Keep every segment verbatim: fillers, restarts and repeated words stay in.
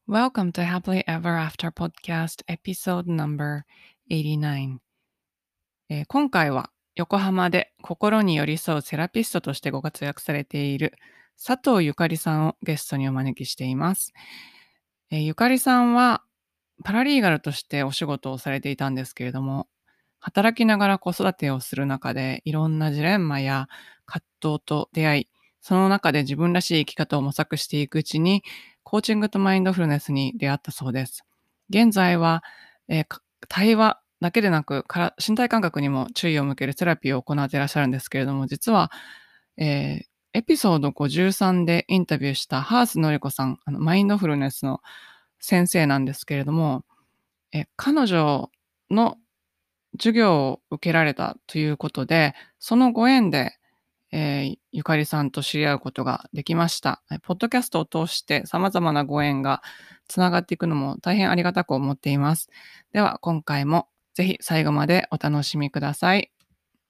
Welcome to Happily Ever After Podcast Episode Numberはちじゅうきゅう、えー今回は横浜で心に寄り添うセラピストとしてご活躍されている佐藤ゆかりさんをゲストにお招きしています。えーゆかりさんはパラリーガルとしてお仕事をされていたんですけれども、働きながら子育てをする中でいろんなジレンマや葛藤と出会い、その中で自分らしい生き方を模索していくうちに、コーチングとマインドフルネスに出会ったそうです。現在は、えーか対話だけでなく、から身体感覚にも注意を向けるセラピーを行っていらっしゃるんですけれども、実は、えーエピソードごじゅうさんでインタビューしたハースのりこさん、あのマインドフルネスの先生なんですけれども、え彼女の授業を受けられたということで、そのご縁で、えーゆかりさんと知り合うことができました。えポッドキャストを通して様々なご縁がつながっていくのも大変ありがたく思っています。では今回もぜひ最後までお楽しみください。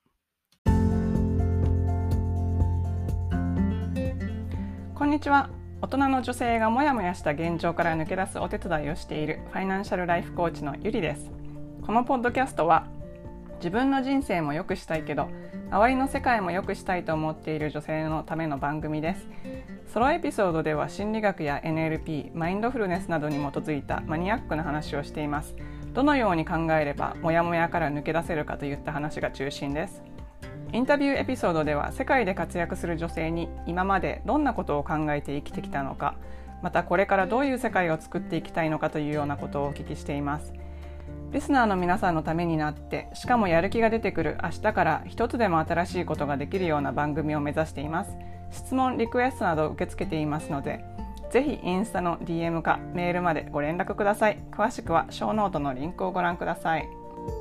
こんにちは。大人の女性がモヤモヤした現状から抜け出すお手伝いをしているファイナンシャルライフコーチのゆりです。このポッドキャストは自分の人生も良くしたいけど周りの世界も良くしたいと思っている女性のための番組です。ソロエピソードでは心理学や エヌエルピー、マインドフルネスなどに基づいたマニアックな話をしています。どのように考えればモヤモヤから抜け出せるかといった話が中心です。インタビューエピソードでは世界で活躍する女性に今までどんなことを考えて生きてきたのか、またこれからどういう世界を作っていきたいのかというようなことをお聞きしています。リスナーの皆さんのためになって、しかもやる気が出てくる明日から一つでも新しいことができるような番組を目指しています。質問、リクエストなど受け付けていますので、ぜひインスタの ディーエム かメールまでご連絡ください。詳しくはショーノートのリンクをご覧ください。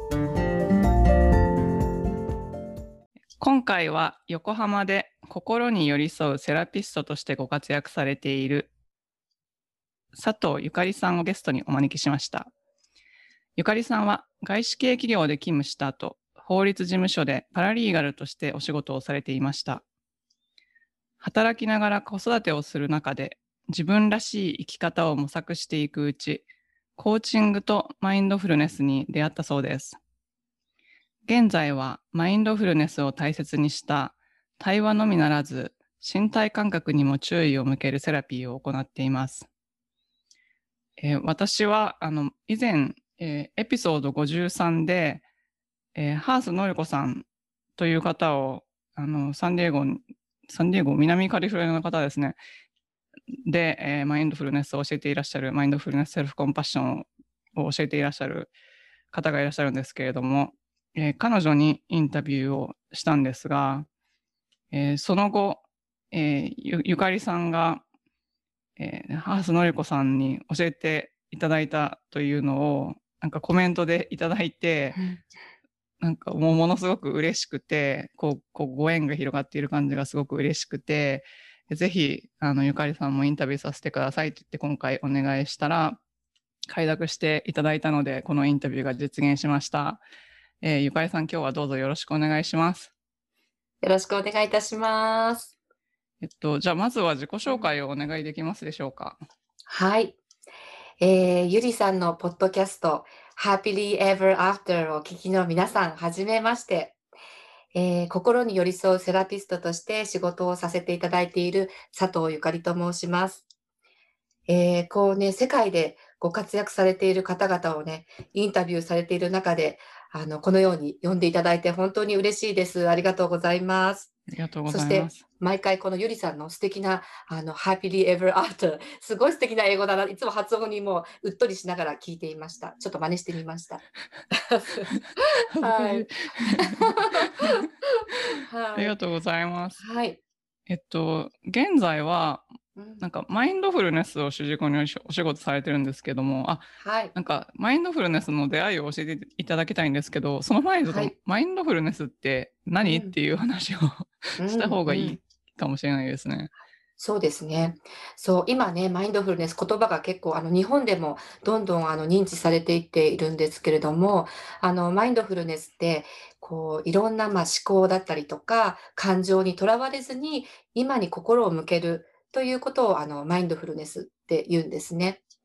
今回は横浜で心に寄り添うセラピストとしてご活躍されている佐藤ゆかりさんをゲストにお招きしました。ゆかりさんは外資系企業で勤務した後、法律事務所でパラリーガルとしてお仕事をされていました。働きながら子育てをする中で自分らしい生き方を模索していくうち、コーチングとマインドフルネスに出会ったそうです。現在はマインドフルネスを大切にした対話のみならず身体感覚にも注意を向けるセラピーを行っています。えー私はあの以前、えーエピソードごじゅうさんで、えーハースのりこさんという方をあのサンディエゴサンディエゴ南カリフォルニアの方ですねで、えーマインドフルネスを教えていらっしゃるマインドフルネスセルフコンパッションを教えていらっしゃる方がいらっしゃるんですけれども、えー彼女にインタビューをしたんですが、えーその後、えーゆゆかりさんが、えーハースのりこさんに教えていただいたというのをなんかコメントでいただいて、なんかもうものすごく嬉しくて、こう、こうご縁が広がっている感じがすごく嬉しくて、ぜひ、あの、ゆかりさんもインタビューさせてくださいって言って今回お願いしたら、快諾していただいたので、このインタビューが実現しました。えーゆかりさん、今日はどうぞよろしくお願いします。 よろしくお願いいたします。 えっと、じゃあまずは自己紹介をお願いできますでしょうか。 はい。えー、ゆりさんのポッドキャスト、Happily Ever After をお聞きの皆さん、はじめまして。えー心に寄り添うセラピストとして仕事をさせていただいている佐藤ゆかりと申します。えーこうね、世界でご活躍されている方々をね、インタビューされている中で、あの、このように呼んでいただいて本当に嬉しいです。ありがとうございます。 ありがとうごそして、 ざいます。 毎回このゆりさんの素敵な、あの、happily ever after、すごい素敵な英語だな。いつも発音にもううっとりしながら聞いていました。ちょっと真似してみました。 恥ずかしい。 はい。 ありはい。 がとうございます。 はい。 えっと、現在は、 うんなんかマインドフルネスを主軸にお仕お仕事されてるんですけども、あ、 はい。 なんかマインドフルネスの出会いを教えていただきたいんですけど、その前にちょっとはい。 マインドフルネスって何っうん。 ていう話をうしたん。 方がいいうん。 かもしれないですね。 そうですね。そう、今ね、マインドフルネス、言葉が結構、あの、日本でもどんどん、あの、認知されていっているんですけれども、あの、マインドフルネスって、こう、いろんな、まあ、思考だったりとか、感情にとらわれずに、今に心を向けるということを、あの、マインドフルネスって言うんですね。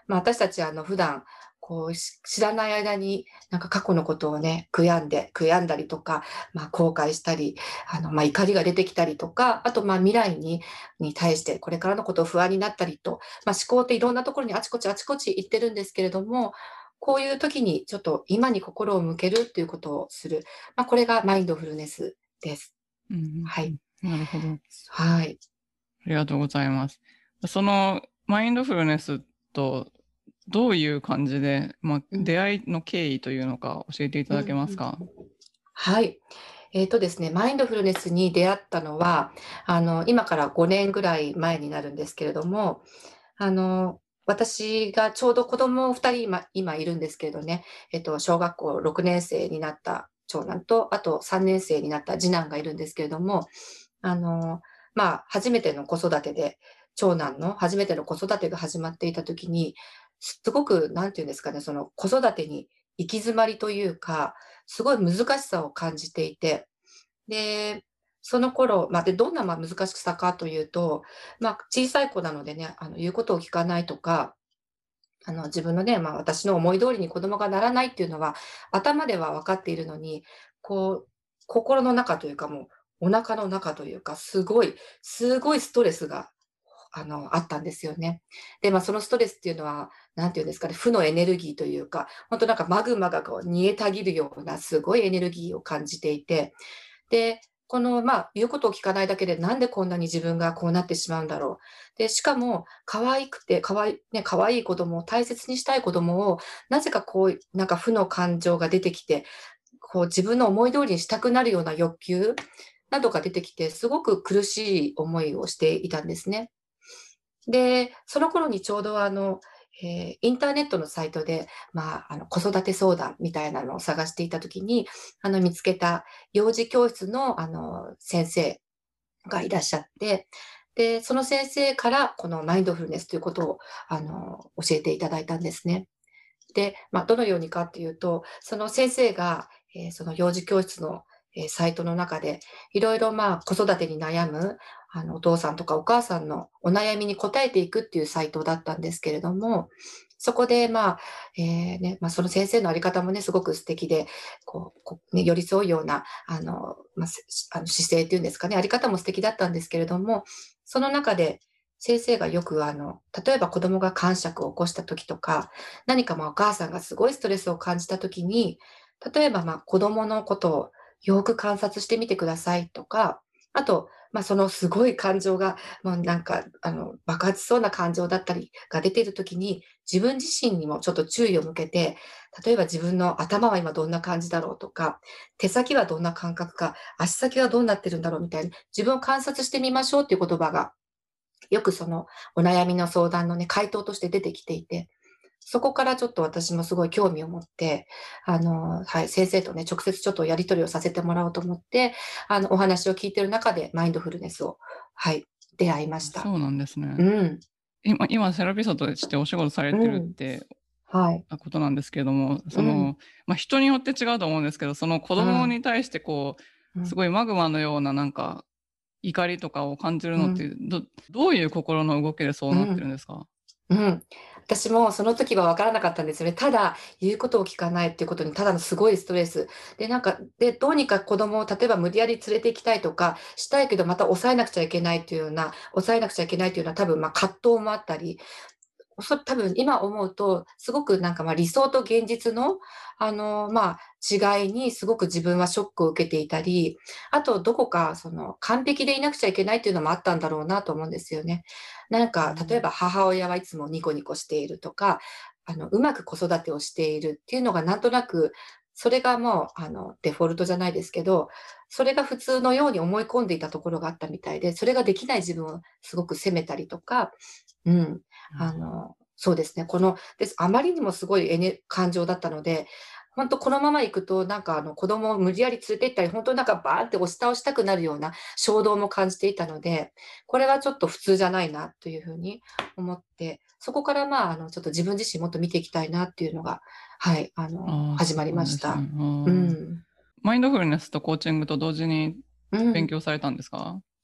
まあ、私たちあの普段こうし知らない間になんか過去のことをね、悔やんで悔やんだりとか、まあ、後悔したり、あの、まあ、怒りが出てきたりとか、あとまあ未来にに対してこれからのことを不安になったりと、まあ、思考っていろんなところにあちこちあちこち行ってるんですけれども、こういう時にちょっと今に心を向けるっていうことをする。まあ、これがマインドフルネスです。 うんうんはい。 うん、なるほど。 はい。 ありがとうございます。そのマインドフルネスとどういう感じで、まあ、 うん。 出会いの経緯というのか教えていただけうんうん。 ますか？ はい。えっとですね、マインドフルネスに出会ったのは、あの、今からごねんぐらい前になるんですけれども、あの、私がちょうど子供ふたり今今いるんですけれどね、えっと、小学校ろくねん生になった長男と、あとさんねん生になった次男がいるんですけれども、あの、まあ、初めての子育てで、長男の初めての子育てが始まっていた時に、すごくなんていうんですかね、その子育てに行き詰まりというか、すごい難しさを感じていて、で、その頃、まあ、で、どんな、ま、難しさかというと、まあ、小さい子なのでね、あの、言うことを聞かないとか、あの、自分のね、まあ、私の思い通りに子供がならないっていうのは、頭では分かっているのに、こう、心の中というか、もう、お腹の中というか、すごいすごいストレスが、あの、あったんですよね。で、まあ、そのストレスっていうのは、なんていうんですかね、負のエネルギーというか、ほんとなんかマグマがこう煮えたぎるようなすごいエネルギーを感じていて、で、この、まあ、言うことを聞かないだけで、なんでこんなに自分がこうなってしまうんだろう。で、しかも、可愛くて、可愛いね、可愛い子供を大切にしたい子供を、なぜかこう、なんか負の感情が出てきて、こう自分の思い通りにしたくなるような欲求などが出てきて、すごく苦しい思いをしていたんですね。で、その頃にちょうどあの、えーインターネットのサイトで、まあ、あの、子育て相談みたいなのを探していた時に、あの、見つけた幼児教室の、あの、先生がいらっしゃって、で、その先生からこのマインドフルネスということを、あの、教えていただいたんですね。で、まあ、どのようにかっていうと、その先生が、えーその幼児教室の、えーサイトの中で、いろいろ、まあ、子育てに悩む、あの、お父さんとかお母さんのお悩みに答えていくっていうサイトだったんですけれども、そこで、まあ、えーね、まあ、その先生のあり方もね、すごく素敵で、こう、こうね、寄り添うような、あの、まあ、せあの姿勢っていうんですかね、あり方も素敵だったんですけれども、その中で先生がよく、あの、例えば子供が癇癪を起こした時とか、何かまあお母さんがすごいストレスを感じたときに、例えばまあ子供のことをよく観察してみてくださいとか、あと、まあそのすごい感情が、もうなんか、あの、爆発しそうな感情だったりが出ているときに、自分自身にもちょっと注意を向けて、例えば自分の頭は今どんな感じだろうとか、手先はどんな感覚か、足先はどうなってるんだろうみたいに、自分を観察してみましょうっていう言葉が、よくそのお悩みの相談のね、回答として出てきていて、そこからちょっと私もすごい興味を持って、あの、はい、先生とね、直接ちょっとやり取りをさせてもらおうと思って、あの、お話を聞いてる中でマインドフルネスを、はい、出会いました。 そうなんですね。 うん、 今今セラピストとしてお仕事されてるっうん、 てはい、 あことなんですけれども、そうん、 の、まあ、人によって違うと思うんですけど、その子うん、 供に対してこう、すうん、 ごいマグマのようななんか、怒りとかを感じるのって、 うん、 どどういう心の動きでそうなってうん。 るんですか？ うん。私もその時は分からなかったんですよね。ただ、言うことを聞かないっていうことにただのすごいストレス。で、なんか、で、どうにか子供を例えば無理やり連れて行きたいとか、したいけどまた抑えなくちゃいけないっていうような、抑えなくちゃいけないというような多分、ま、葛藤もあったり、そ多分今思うと、すごくなんか、ま、理想と現実の、あの、まあ、違いにすごく自分はショックを受けていたり、あとどこかその完璧でいなくちゃいけないっていうのもあったんだろうなと思うんですよね。なんか、例えうん。 ば母親はいつもニコニコしているとか、あの、うまく子育てをしているっていうのがなんとなく、それがもう、あの、デフォルトじゃないですけど、それが普通のように思い込んでいたところがあったみたいで、それができない自分をすごく責めたりとか、うん、あの、そうですね、この、です。あまりにもすごいエネ感情だったので、ほんとこのまま行くと、なんかあの子供を無理やり連れて行ったり、ほんとなんかバーンって押し倒したくなるような衝動も感じていたので、これはちょっと普通じゃないなという風に思って、そこからまあ、あのちょっと自分自身もっと見ていきたいなっていうのが、はい、あの、 ああ、そ始まりうなんですね。 ました。うああ。 ん。 マインドフルネスとコーチングと同時にうん。 勉強されたんですか？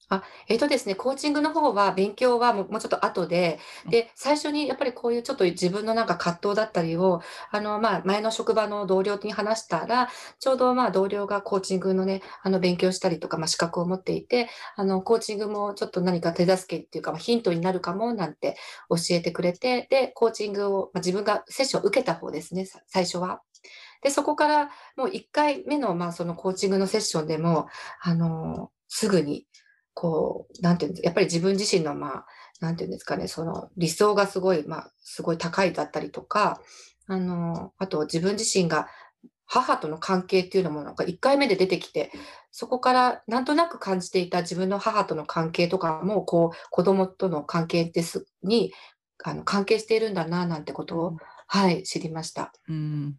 あ、えっとですね、コーチングの方は勉強はもうもうちょっと後で、 あ、 で、最初にやっぱりこういうちょっと自分のなんか葛藤だったりを、あの、まあ、前の職場の同僚に話したら、ちょうどまあ、同僚がコーチングのね、あの、勉強したりとか、まあ、資格を持っていて、あの、コーチングもちょっと何か手助けっていうか、まあ、ヒントになるかもなんて教えてくれて、で、コーチングを、まあ、自分がセッションを受けた方ですね、さ最初は。で、そこからもういっかいめの、まあ、そのコーチングのセッションでも、あの、すぐに、こう、なんていうんですか、やっぱり自分自身の、まあ、なんていうんですかね、その理想がすごい、まあ、すごい高いだったりとか、あの、あと自分自身が母との関係っていうのもなんかいっかいめで出てきて、そこからなんとなく感じていた自分の母との関係とかも、こう、子供との関係ですに、あの、関係しているんだな、なんてことを、 うん。 はい、知りました。 うん、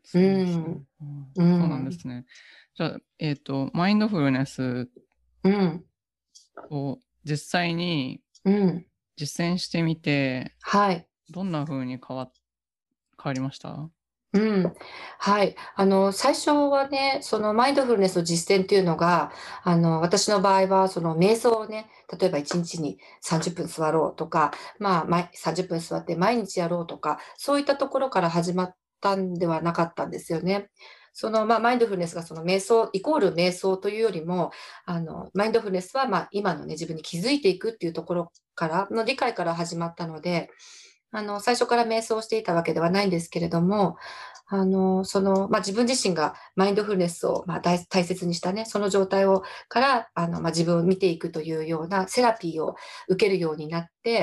うそうですね。 ん。 うん、 うそうなんでん。 すね。じゃあ、えっと、マインドフルネスうん。 を実際にうん。 実践してみて、 はい。 どんな風に変わ変わりました？ うん。はい。あの、最初はね、そのマインドフルネスの実践っていうのが、あの、私の場合は、その瞑想をね、例えばいちにちにさんじゅっぷん座ろうとか、まあ、まいさんじゅっぷん座って毎日やろうとか、そういったところから始まったんではなかったんですよね。その、まあ、マインドフルネスがその瞑想、イコール瞑想というよりも、あの、マインドフルネスは、まあ、今のね、自分に気づいていくっていうところからの理解から始まったので、あの、最初から瞑想をしていたわけではないんですけれども、あの、その、まあ、自分自身がマインドフルネスを、まあ、大大切にしたね、その状態をから、あの、まあ、自分を見ていくというようなセラピーを受けるようになって、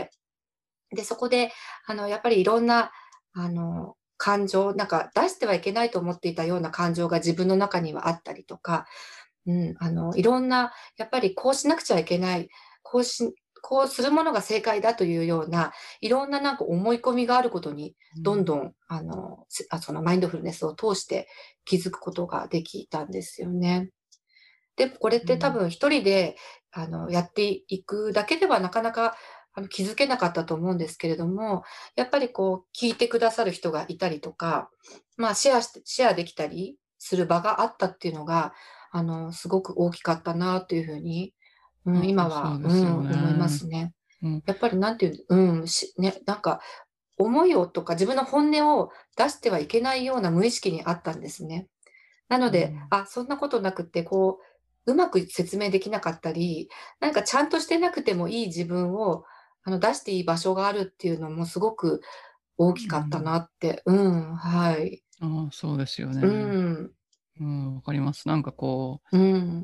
で、そこで、あの、やっぱりいろんな、あの、感情、なんか出してはいけないと思っていたような感情が自分の中にはあったりとか、うん、あの、いろんな、やっぱりこうしなくちゃいけない、こうしこうするものが正解だというような、いろんななんか思い込みがあることに、 うん。 どんどん、あの、すあ、そのマインドフルネスを通して気づくことができたんですよね。でもこれっうん。 て多分一人で、あの、やっていくだけではなかなか、あの、気づけなかったと思うんですけれども、やっぱりこう聞いてくださる人がいたりとか、まあ、シェアしてシェアできたりする場があったっていうのが、あの、すごく大きかったなというふうに、うん、 ああ、 今は、うそうですよん、思いまね。 すね。 うん。 やっぱりなんていう、うん、しね、なんか、思いをとか自分の本音を出してはいけないような無意識にあったんですね。なので、 うん。 あ、そんなことなくって、こう、うまく説明できなかったり、なんかちゃんとしてなくてもいい自分を、あの、出していい場所があるっていうのもすごく大うきかったなん。 って、うん、はい。 ああ、そうですようね。 ん、 うん、わかります。なんかこう、 うん、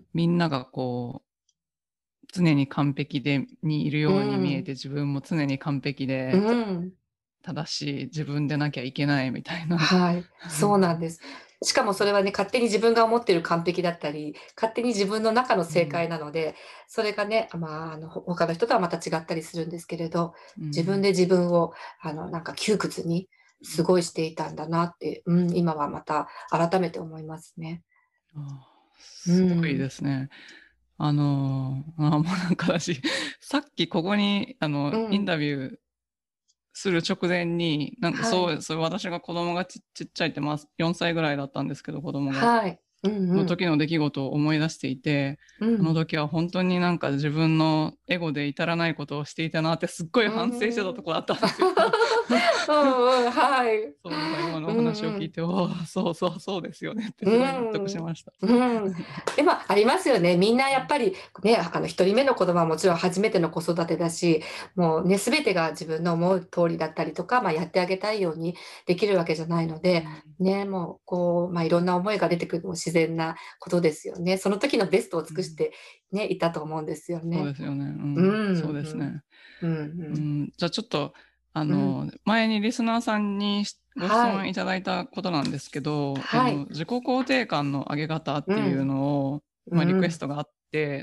みんながこう、常に完璧でにいるうように見えん、 て、自分も常に完璧うでん。 正しい自分でなきゃいけないみたいな。 はい、そうなんです。しかもそれはね、勝手に自分が思っている完璧だったり、勝手に自分の中の正うん。 解なので、それがね、まあ、あの、ほ他の人とはまた違ったりするんですけれど、 うん。 自分で自分を、あの、なんか窮屈にすごいしていたんだなって、うん、今はまた改めて思いますね。 ああ、 うすごいん、 ですね。あの、あ、もうなんか私、さっきここに、あの、インうん、 タビューする直前に、なんかはい、 そう、それ私が子供がちちっちゃいって、まあ、よんさいぐらいだったんですけど、子供が。 はい、うんうん、 の時の出来事を思い出していて、あのうん、 時は本当になんか自分のエゴで至らないことをしていたなってすっごいう反省してたん。 ところだったんですよ。 うんうん、はい。 そう、だから今のうお話をんうん。 聞いて、おーそうそうそうですよねってうすごい納得しん。 ました。 うん。でも、ありますよね。みんなやっぱり、ね、あの、一人目の子供はもちろん初めての子育てだし、もうね、すべてが自分の思う通りだったりとか、まあ、やってあげたいようにできるわけじゃないので、 うん、 ね、もう、こう、まあ、いろんな思いが出てくるのも自然なことですよね。その時のベストを尽うん、 くしてね、いたと思うんですよね。 そうですよね。ううん、そうん、うん。 ですね。 うんううん。 ん、じゃあちょっと、あうん。 の、前にリスナーさんにしご質はい。 問いただいたことなんですけど、あはい。 の、自己肯定感の上げ方っていううん。 のを、まあ、リクエスうん。 トがあって、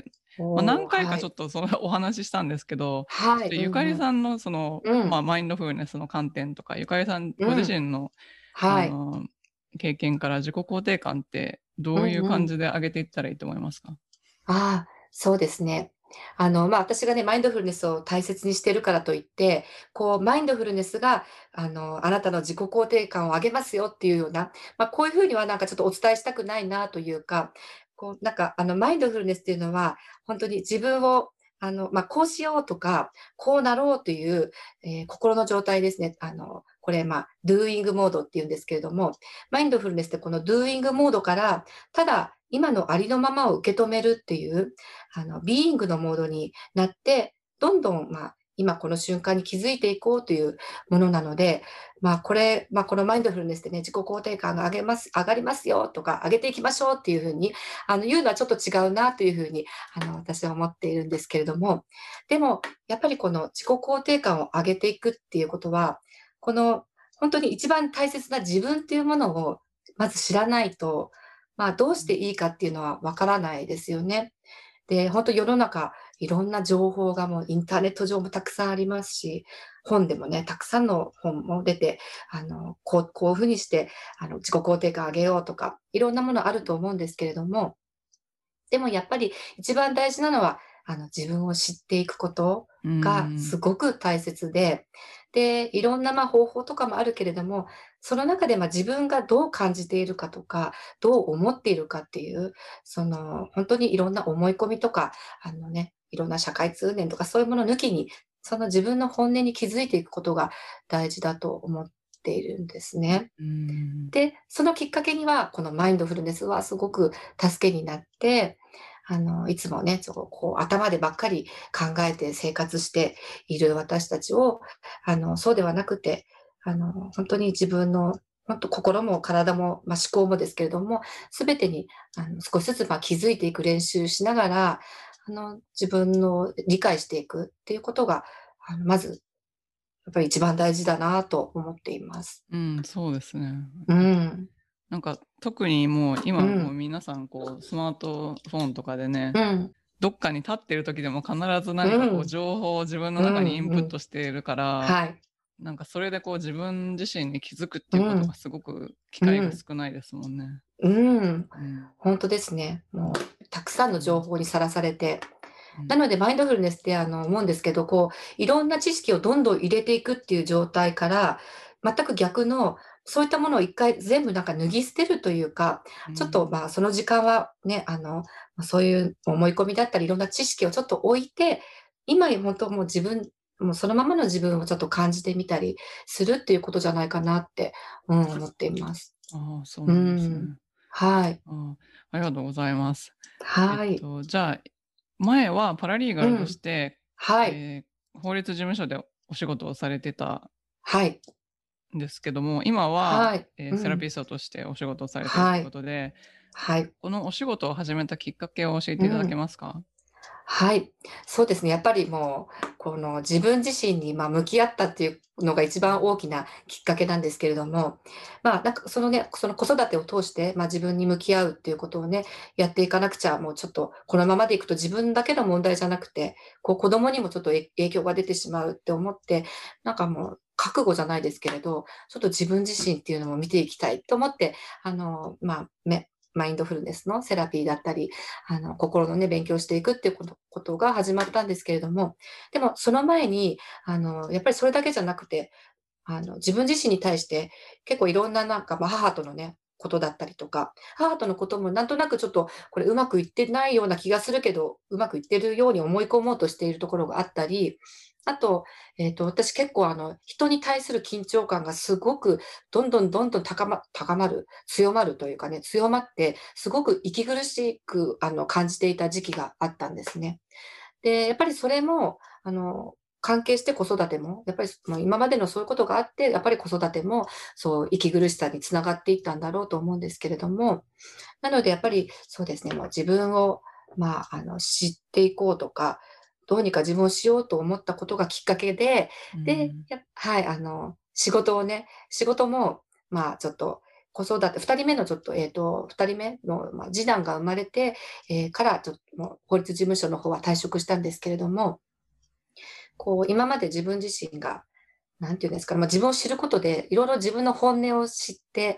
まあ、 おお、 何回かはい。 ちょっとそのお話ししたんですけど、ちょはい。 っとゆかうんうん。 りさんのその、まあ、 うん。 マインドフルネスの観点とか、ゆかりさんご自うん。 身の、あはい。 の、経験から自己肯定感ってどういううんうん。 感じで上げていったらいいと思いますか？ ああ、そうですね。あの、まあ、私がね、マインドフルネスを大切にしてるからといって、こう、マインドフルネスが、あの、あなたの自己肯定感を上げますよっていうような、まあ、こういうふうにはなんかちょっとお伝えしたくないなというか、こう、なんか、あの、マインドフルネスっていうのは、本当に自分をあの、まあ、こうしようとか、こうなろうという、えー心の状態ですね。あの、これ、まあ、doing モードって言うんですけれども、マインドフルネスってこの doing モードから、ただ今のありのままを受け止めるっていう、あの、being のモードになって、どんどん、まあ、今この瞬間に気づいていこうというものなので、まあ、これ、まあ、このマインドフルネスでね、自己肯定感が上げます、上がりますよとか、上げていきましょうっていうふうに、あの、言うのはちょっと違うなというふうに、あの、私は思っているんですけれども、でも、やっぱりこの自己肯定感を上げていくっていうことは、この、本当に一番大切な自分っていうものを、まず知らないと、まあ、どうしていいかっていうのはわからないですよね。で、本当世の中、いろんな情報がもうインターネット上もたくさんありますし、本でもね、たくさんの本も出て、あの、こう、こういうふうにして、あの、自己肯定感上げようとか、いろんなものあると思うんですけれども、でもやっぱり一番大事なのは、あの、自分を知っていくことうがすん。 ごく大切で、で、いろんな、ま、方法とかもあるけれども、その中で、ま、自分がどう感じているかとか、どう思っているかっていう、その、ほんとにいろんな思い込みとか、あのね、いろんな社会通念とかそういうもの抜きに、その自分の本音に気づいていくことが大事だと思っているんですね。 うん。 で、そのきっかけには、このマインドフルネスはすごく助けになって、あの、いつもね、ちょこう頭でばっかり考えて生活している私たちを、あの、そうではなくて、あの、本当に自分の、本当心も体も、まあ、思考もですけれども、すべてに、あの、少しずつ、ま、気づいていく練習しながら、あの、自分の理解していくっていうことが、あの、まず、やっぱり一番大事だなと思っています。 うん、そうですね。 うん。 なんか特にもう今もううん。 皆さんこうスマートフォンとかでね、 うん。 どっかに立ってる時でも必ずう何かこうん。 情報を自分のう中にインプッんうん。 トしているから、 はい。 なんかそれでこう自分自身に気づくっていうことがうん。 すごく機会がうん。 少ないですもんね。 うん。 うん。 ほんとですね。もう、たくさんのうん。 情報にさらされて、 うん。 なのでマインドフルネスってあの、思うんですけど、こう、いろんな知識をどんどん入れていくっていう状態から、全く逆の、そういったものを一回全部なんか脱ぎ捨てるというか、 うん。 ちょっと、まあ、その時間はね、あの、ま、そういう思い込みだったり、いろんな知識をちょっと置いて、今ほんともう自分もうそのままの自分をちょっと感じてみたりするっていうことじゃないかなって、うん、思っています。 ああ、そううなんですん。 ね。 はい。 ああ、ありがとうございます。えっはい。 と、じゃあ、前はパラリーガルとしうん。 て、 はい。 えー法律事務所でお仕事をされてたはい。 んですけども、今は、 はい。 えーセラうん。 ピストとしてお仕事をされてるというこはい。 とで、 はい。 このお仕事を始めたきっかけを教えていただけうん。 ますか？ はい。そうですね。やっぱりもう、この自分自身に、ま、向き合ったっていうのが一番大きなきっかけなんですけれども、まあ、なんかそのね、その子育てを通して、ま、自分に向き合うっていうことをね、やっていかなくちゃ、もうちょっとこのままでいくと自分だけの問題じゃなくて、こう子供にもちょっとえ影響が出てしまうって思って、なんかもう覚悟じゃないですけれど、ちょっと自分自身っていうのも見ていきたいと思って、あの、まあ、めマインドフルネスのセラピーだったり、あの、心のね、勉強していくっていうことことが始まったんですけれども、でもその前に、あの、やっぱりそれだけじゃなくて、あの、自分自身に対して結構いろんななんか、まあ、母とのね、ことだったりとか、母とのこともなんとなくちょっとこれうまくいってないような気がするけど、うまくいってるように思い込もうとしているところがあったり、あと、えっと、私結構あの、人に対する緊張感がすごくどんどんどんどん高ま高まる、強まるというかね、強まって、すごく息苦しくあの、感じていた時期があったんですね。で、やっぱりそれも、あの、関係して子育ても、やっぱり、まあ、今までのそういうことがあって、やっぱり子育ても、そう、息苦しさに繋がっていったんだろうと思うんですけれども、なのでやっぱり、そうですね、もう自分を、まあ、あの、知っていこうとか、どうにか自分をしようと思ったことがきっかけで、で、 うん。 やはい、あの、仕事をね、仕事も、まあ、ちょっと子育てふたりめのちょっと、えっと、ふたりめの、まあ、次男が生まれて、ええ、から、ちょっともう法律事務所の方は退職したんですけれども、こう、今まで自分自身が、なんていうんですかね、まあ、自分を知ることで、いろいろ自分の本音を知って、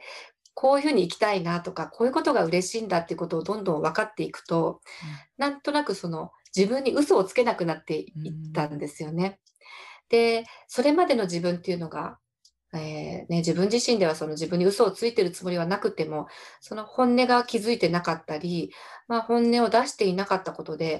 こういうふうに生きたいなとか、こういうことが嬉しいんだっていうことをどんどん分かっていくと、 うん。 なんとなくその、自分に嘘をつけなくなってういったんん。 ですよね。で、それまでの自分っていうのが、ええ、ね、自分自身ではその自分に嘘をついてるつもりはなくても、その本音が気づいてなかったり、まあ、本音を出していなかったことで、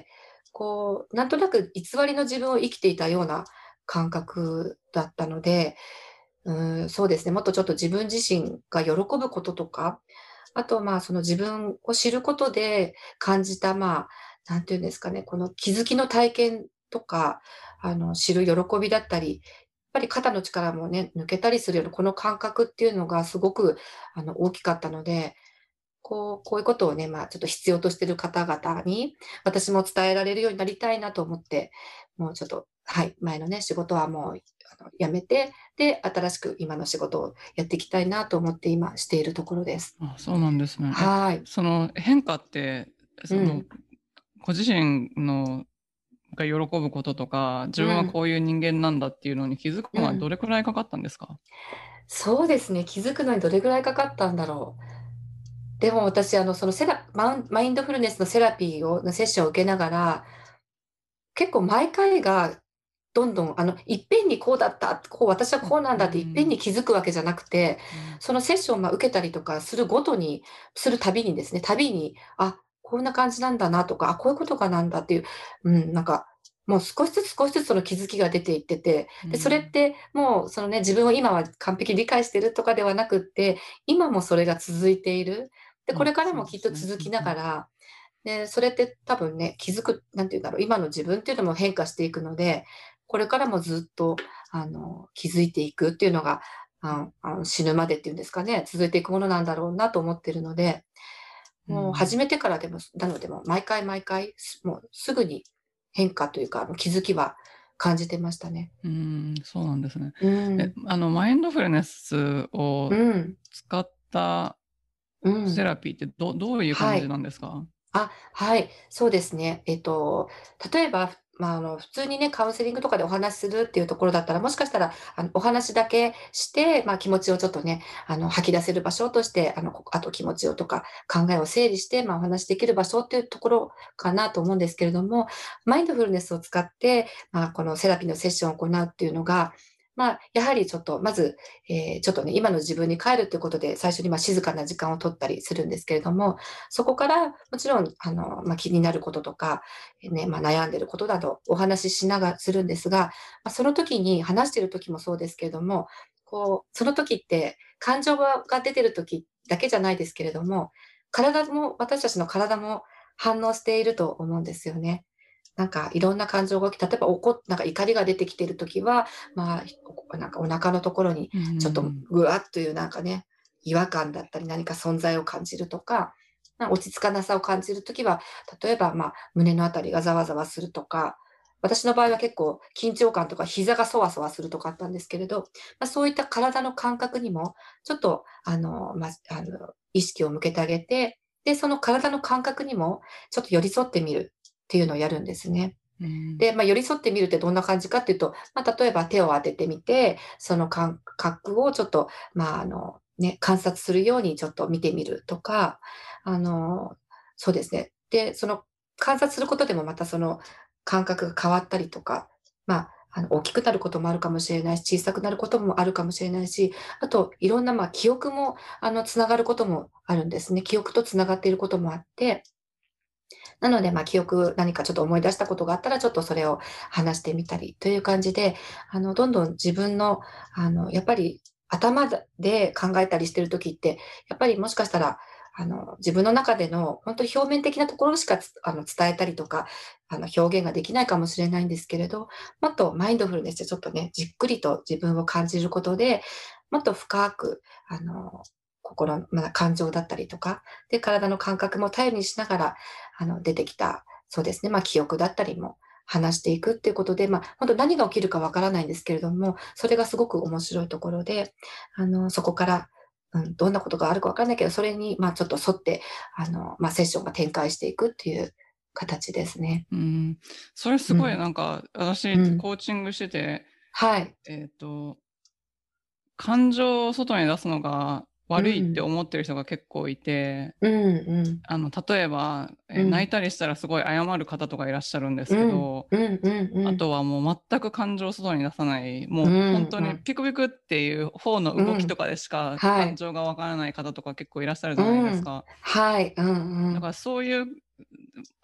こう、なんとなく偽りの自分を生きていたような感覚だったので、うーん、そうですね、もっとちょっと自分自身が喜ぶこととか、あと、まあ、その自分を知ることで感じた、まあ、なんていうんですかね、この気づきの体験とか、あの、知る喜びだったり、やっぱり肩の力もね、抜けたりするようなこの感覚っていうのがすごく、あの、大きかったので、こう、こういうことをね、まあ、ちょっと必要としている方々に、私も伝えられるようになりたいなと思って、もうちょっと、はい、前のね、仕事はもう、あの、辞めて、で、新しく今の仕事をやっていきたいなと思って今しているところです。 あ、そうなんですね。え、 はい。 その変化って、その、 うん。 ご自身のが喜ぶこととか、自分はうん。 こういう人間なんだっていうのに気づくのはどうん。 れくらいかかったんですか？ そうですね、気づくのにどれぐらいかかったんだろう。でも私、あの、そのセラマウンマインドフルネスのセラピーをのセッションを受けながら、結構毎回がどんどん、あの、いっぺんにこうだった、こう私はあ、 こうなんうだっていっぺんん、 に気づくわけじゃなくて、 うん、 そのセッションを、ま、受けたりとかするごとにするたびにですね、たびに、あ、こんな感じなんだなとか、あ、こういうことがなんだっていう、うん、なんか、もう少しずつ少しずつその気づきが出ていってて、で、それっうん。 てもうそのね、自分を今は完璧に理解してるとかではなくって、今もそれが続いている。で、こあ、 れからもきっとそうですね。 続きうんうん。 ながら、で、それって多分ね、気づく、なんて言うんだろう、今の自分っていうのも変化していくので、これからもずっと、あの、気づいていくっていうのが、ああの、死ぬまでっていうんですかね、続いていくものなんだろうなと思ってるので、 うん。 もう始めてからでも、なのでもう毎回毎回、すもうすぐに変化というか、あの、気づきは感じてましたね。 うーん、そうなんですね。 うえ、 ん、 あの、マインドフルネスうをん、 使ったうん。 セラピーってどどういう感じはい。 なんですか？ あ、はい、そうですね。えっと、例えば、まあ、あの、普通にね、カウンセリングとかでお話しするっていうところだったら、もしかしたら、あの、お話だけして、まあ、気持ちをちょっとね、あの、吐き出せる場所として、あの、こあと気持ちをとか考えを整理して、まあ、お話しできる場所っていうところかなと思うんですけれども、マインドフルネスを使って、まあ、このセラピーのセッションを行うっていうのが、まあ、やはりちょっと、まず、えーちょっとね、今の自分に帰るっていうことで、最初にまあ静かな時間を取ったりするんですけれども、そこから、もちろん、あの、まあ、気になることとか、え、ね、まあ、悩んでることなどお話ししながらするんですが、まあ、その時に話してる時もそうですけれども、こう、その時って感情がが出てる時だけじゃないですけれども、体も私たちの体も反応していると思うんですよね。なんかいろんな感情が起き例えばおこなんか怒りが出てきている時は、まあ、ひおなんかお腹のところにうーちょっとん。 ぐわっというなんかね、違和感だったり、何か存在を感じるとか、まあ、落ち着かなさを感じるときは、例えば、まあ、胸のあたりがざわざわするとか、私の場合は結構緊張感とか膝がそわそわするとかあったんですけれど、まあ、そういった体の感覚にも、ちょっと、あの、まあ、あの、意識を向けてあげて、で、その体の感覚にもちょっと寄り添ってみるっていうのをやるんですね。 うん。 で、まあ、寄り添ってみるってどんな感じかっていうと、まあ、例えば手を当ててみて、その感覚をちょっと、まあ、あの、ね、観察するようにちょっと見てみるとか、あの、そうですね。で、その観察することでもまたその感覚が変わったりとか、まあ、あの、大きくなることもあるかもしれないし、小さくなることもあるかもしれないし、あといろんな、まあ、記憶も、あの、つながることもあるんですね。記憶とつながっていることもあってなので、まあ、記憶、何かちょっと思い出したことがあったら、ちょっとそれを話してみたりという感じで、あの、どんどん自分の、あの、やっぱり頭で考えたりしてる時って、やっぱりもしかしたら、あの、自分の中での本当に表面的なところしかつあの、伝えたりとか、あの、表現ができないかもしれないんですけれど、もっとマインドフルネスでちょっとね、じっくりと自分を感じることで、もっと深く、あの、心まあ、感情だったりとか、で、体の感覚も頼りにしながら、あの、出てきた、そうですね、まあ、記憶だったりも話していくっていうことで、まあ、本当何が起きるかわからないんですけれども、それがすごく面白いところで、あの、そこから、うん、どんなことがあるかわからないけど、それに、まあ、ちょっと沿って、あの、まあ、セッションが展開していくっていう形ですね。 うーん。それすごいうん。 なんか、私うん。 コーチングしてて、 はい。 えっと、感情を外に出すのが悪いってうん。 思ってる人が結構いて、 うんうん。 あの、例えば、え、泣いうん。 たりしたらすごい謝る方とかいらっしゃるんですうん。 けど、 うんうんうん。 あとはもう全く感情を外に出さない、もううほんとにんうん。 ピクピクっていう方のうん。 動きとかでしかはい。 感情がわからない方とか結構いらっしゃるじうゃないですん。 か。 はい。うんうん。 だからそういう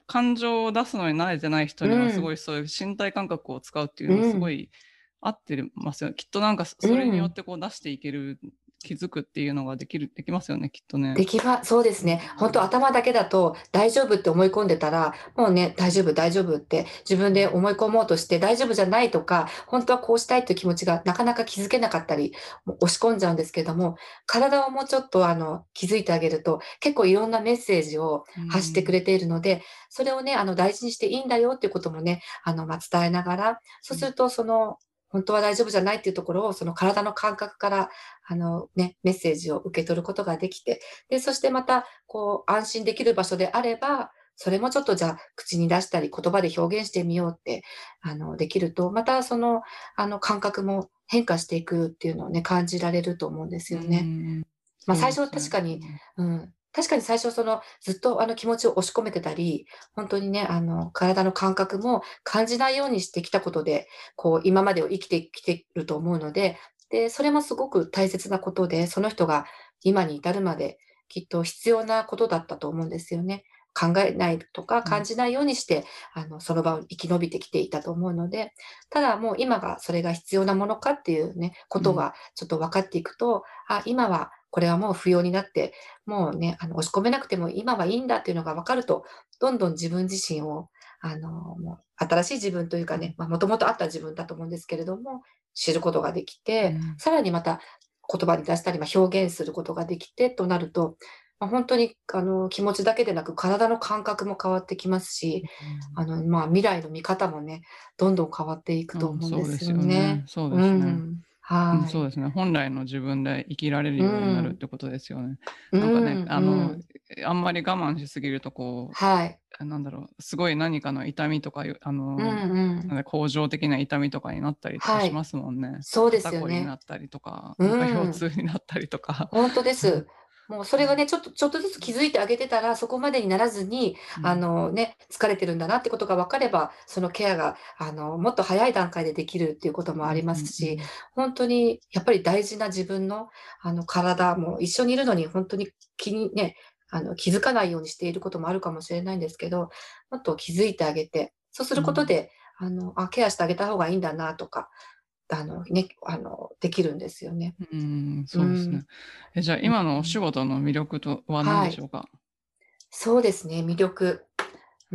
感情を出すのに慣れてない人うにはすん、 ごいそういう身体感覚を使うっていううのはすごん、 い合ってますよ。きっとなんかそうそれによっん。 てこう出していける、気づくっていうのができるできますよね、きっとね。 できま、そうですうん。 ね。本当頭だけだと大丈夫って思い込んでたら、もうね、大丈夫、大丈夫って自分で思い込もうとして大丈夫じゃないとか、本当はこうしたいっていう気持ちがなかなか気づけなかったり、もう押し込んじゃうんですけども、体をもうちょっとあの、気づいてあげると、結構いろんなメッセージをう発してくん。 れているので、それをね、あの、大事にしていいんだよっていうこともね、あの、まあ、伝えながら、 うん。 そうするとその、本当は大丈夫じゃないっていうところを、その体の感覚から、あのね、メッセージを受け取ることができて、で、そしてまた、こう、安心できる場所であれば、それもちょっとじゃあ、口に出したり、言葉で表現してみようって、あの、できると、またその、あの、感覚も変化していくっていうのをね、感じられると思うんですうよね。 ん。 まあ、 そう最初ですね。 は確かに、うん、確かに最初その、ずっとあの気持ちを押し込めてたり、本当にね、あの、体の感覚も感じないようにしてきたことで、こう、今までを生きてきてると思うので、で、それもすごく大切なことで、その人が今に至るまできっと必要なことだったと思うんですよね。考えないとかうん。 感じないようにして、あの、その場を生き延びてきていたと思うので、ただもう今がそれが必要なものかっていうね、こうん。 とがちょっと分かっていくと、あ、今はこれはもう不要になって、もうね、あの、押し込めなくても今はいいんだっていうのが分かると、どんどん自分自身を、あの、もう新しい自分というかね、まあ、もともとあった自分だと思うんですけれども、知ることができて、 うん。 さらにまた言葉に出したり、まあ、表現することができてとなると、まあ、本当にあの、気持ちだけでなく、体の感覚も変わってきますし、 うん。 あの、まあ、未来の見方もね、どんどん変わっていくとあ、 思うんですそうですよね。 よね。そううですね。 ん。 うん、 はい。 そうですね。本来の自分で生きられるうようになるっん。 てことですよね。 うなんかね、 ん、 あの、 うん。 あんまり我慢しすぎるとこう、 はい。 あ、なんだろう、すごい何かの痛みとかいう、あうんの、 うん。 なんだ、恒常的な痛みとかになったりとかはい。 しますもんね。 そうです肩こりになよね。 ったりとか、 うなんか腰ん。 痛になったりとか。 ほんとです。もうそうん。 れがね、ちょっとちょっとずつ気づいてあげてたら、そこまでにならずに、あうん。 のね、疲れてるんだなってことが分かれば、そのケアが、あの、もっと早い段階でできるっていうこともありうんますし、 うんうん。 ほんとにやっぱり大事な自分の、あの、体も一緒にいるのにほんとに気にね、あの、気づかないようにしていることもあるかもしれないんですけど、もっと気づいてあげて、そうすうん。 ることで、あの、あ、ケアしてあげた方がいいんだなとか、あの、ね、あの、できるんですよね。 うん、 うん。 そうですね。え、じゃあ、 うん今のお仕うん。 事の魅力とは何はい。 でしょうか？ そうですね、魅力。うん。